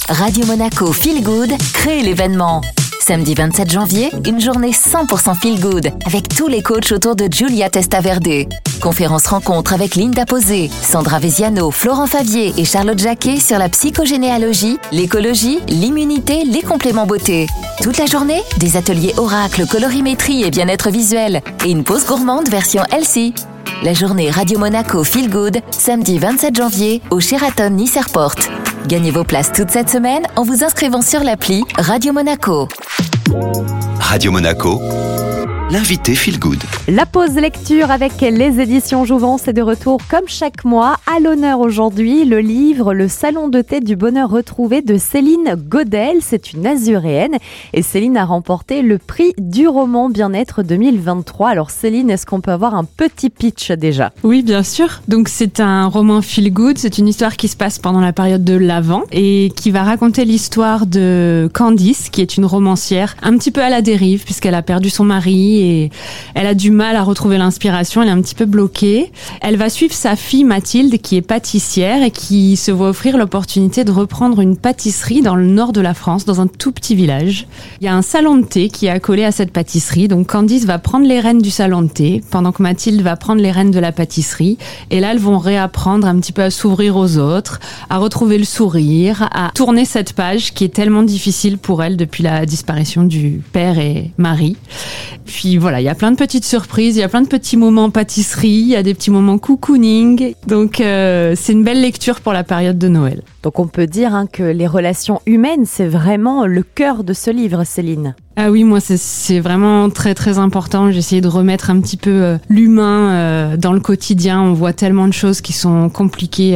Radio Monaco Feel Good crée l'événement. Samedi 27 janvier, une journée 100% Feel Good avec tous les coachs autour de Giulia Testaverde. Conférence rencontre avec Linda Posé, Sandra Veziano, Florent Favier et Charlotte Jacquet sur la psychogénéalogie, l'écologie, l'immunité, les compléments beauté. Toute la journée, des ateliers oracle, colorimétrie et bien-être visuel et une pause gourmande version healthy. La journée Radio Monaco Feel Good, samedi 27 janvier au Sheraton Nice Airport. Gagnez vos places toute cette semaine en vous inscrivant sur l'appli Radio Monaco. Radio Monaco, l'invité Feel Good. La pause lecture avec les éditions Jouvence est de retour comme chaque mois. À l'honneur aujourd'hui, le livre Le Salon de thé du bonheur retrouvé de Céline Godel. C'est une Azuréenne et Céline a remporté le prix du roman Bien-être 2023. Alors Céline, est-ce qu'on peut avoir un petit pitch déjà ? Oui, bien sûr. Donc c'est un roman feel good. C'est une histoire qui se passe pendant la période de l'Avent et qui va raconter l'histoire de Candice, qui est une romancière un petit peu à la dérive puisqu'elle a perdu son mari et elle a du mal à retrouver l'inspiration, elle est un petit peu bloquée. Elle va suivre sa fille Mathilde qui est pâtissière et qui se voit offrir l'opportunité de reprendre une pâtisserie dans le nord de la France, dans un tout petit village. Il y a un salon de thé qui est accolé à cette pâtisserie, donc Candice va prendre les rênes du salon de thé pendant que Mathilde va prendre les rênes de la pâtisserie et là elles vont réapprendre un petit peu à s'ouvrir aux autres, à retrouver le sourire, à tourner cette page qui est tellement difficile pour elles depuis la disparition du père et mari. Puis voilà, il y a plein de petites surprises, il y a plein de petits moments pâtisserie, il y a des petits moments cocooning. Donc c'est une belle lecture pour la période de Noël. Donc on peut dire que les relations humaines, c'est vraiment le cœur de ce livre, Céline. Ah oui, moi c'est vraiment très très important. J'ai essayé de remettre un petit peu l'humain dans le quotidien. On voit tellement de choses qui sont compliquées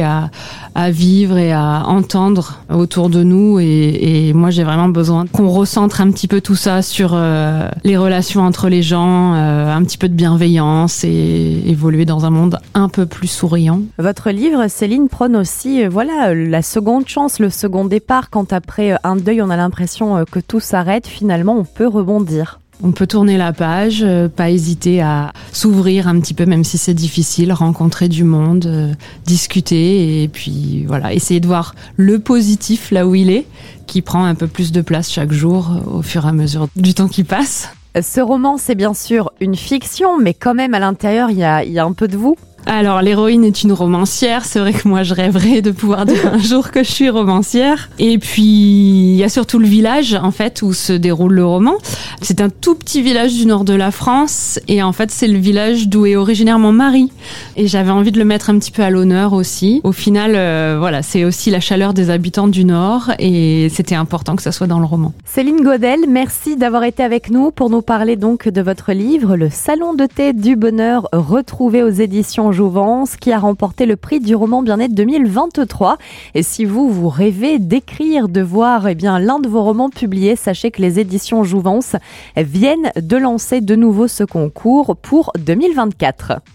à vivre et à entendre autour de nous. Et moi j'ai vraiment besoin qu'on recentre un petit peu tout ça sur les relations entre les gens, un petit peu de bienveillance et évoluer dans un monde un peu plus souriant. Votre livre, Céline, prône aussi la seconde chance, le second départ. Quand après un deuil, on a l'impression que tout s'arrête, finalement on peut rebondir. On peut tourner la page, pas hésiter à s'ouvrir un petit peu, même si c'est difficile, rencontrer du monde, discuter et puis voilà, essayer de voir le positif là où il est, qui prend un peu plus de place chaque jour au fur et à mesure du temps qui passe. Ce roman, c'est bien sûr une fiction, mais quand même à l'intérieur, il y a un peu de vous. Alors, l'héroïne est une romancière. C'est vrai que moi, je rêverais de pouvoir dire un jour que je suis romancière. Et puis, il y a surtout le village, en fait, où se déroule le roman. C'est un tout petit village du nord de la France. Et en fait, c'est le village d'où est originaire mon mari. Et j'avais envie de le mettre un petit peu à l'honneur aussi. Au final, c'est aussi la chaleur des habitants du nord. Et c'était important que ça soit dans le roman. Céline Godel, merci d'avoir été avec nous pour nous parler donc de votre livre, Le Salon de thé du bonheur retrouvé aux éditions Jouvence, qui a remporté le prix du roman Bien-être 2023. Et si vous rêvez d'écrire, de voir l'un de vos romans publiés, sachez que les éditions Jouvence viennent de lancer de nouveau ce concours pour 2024.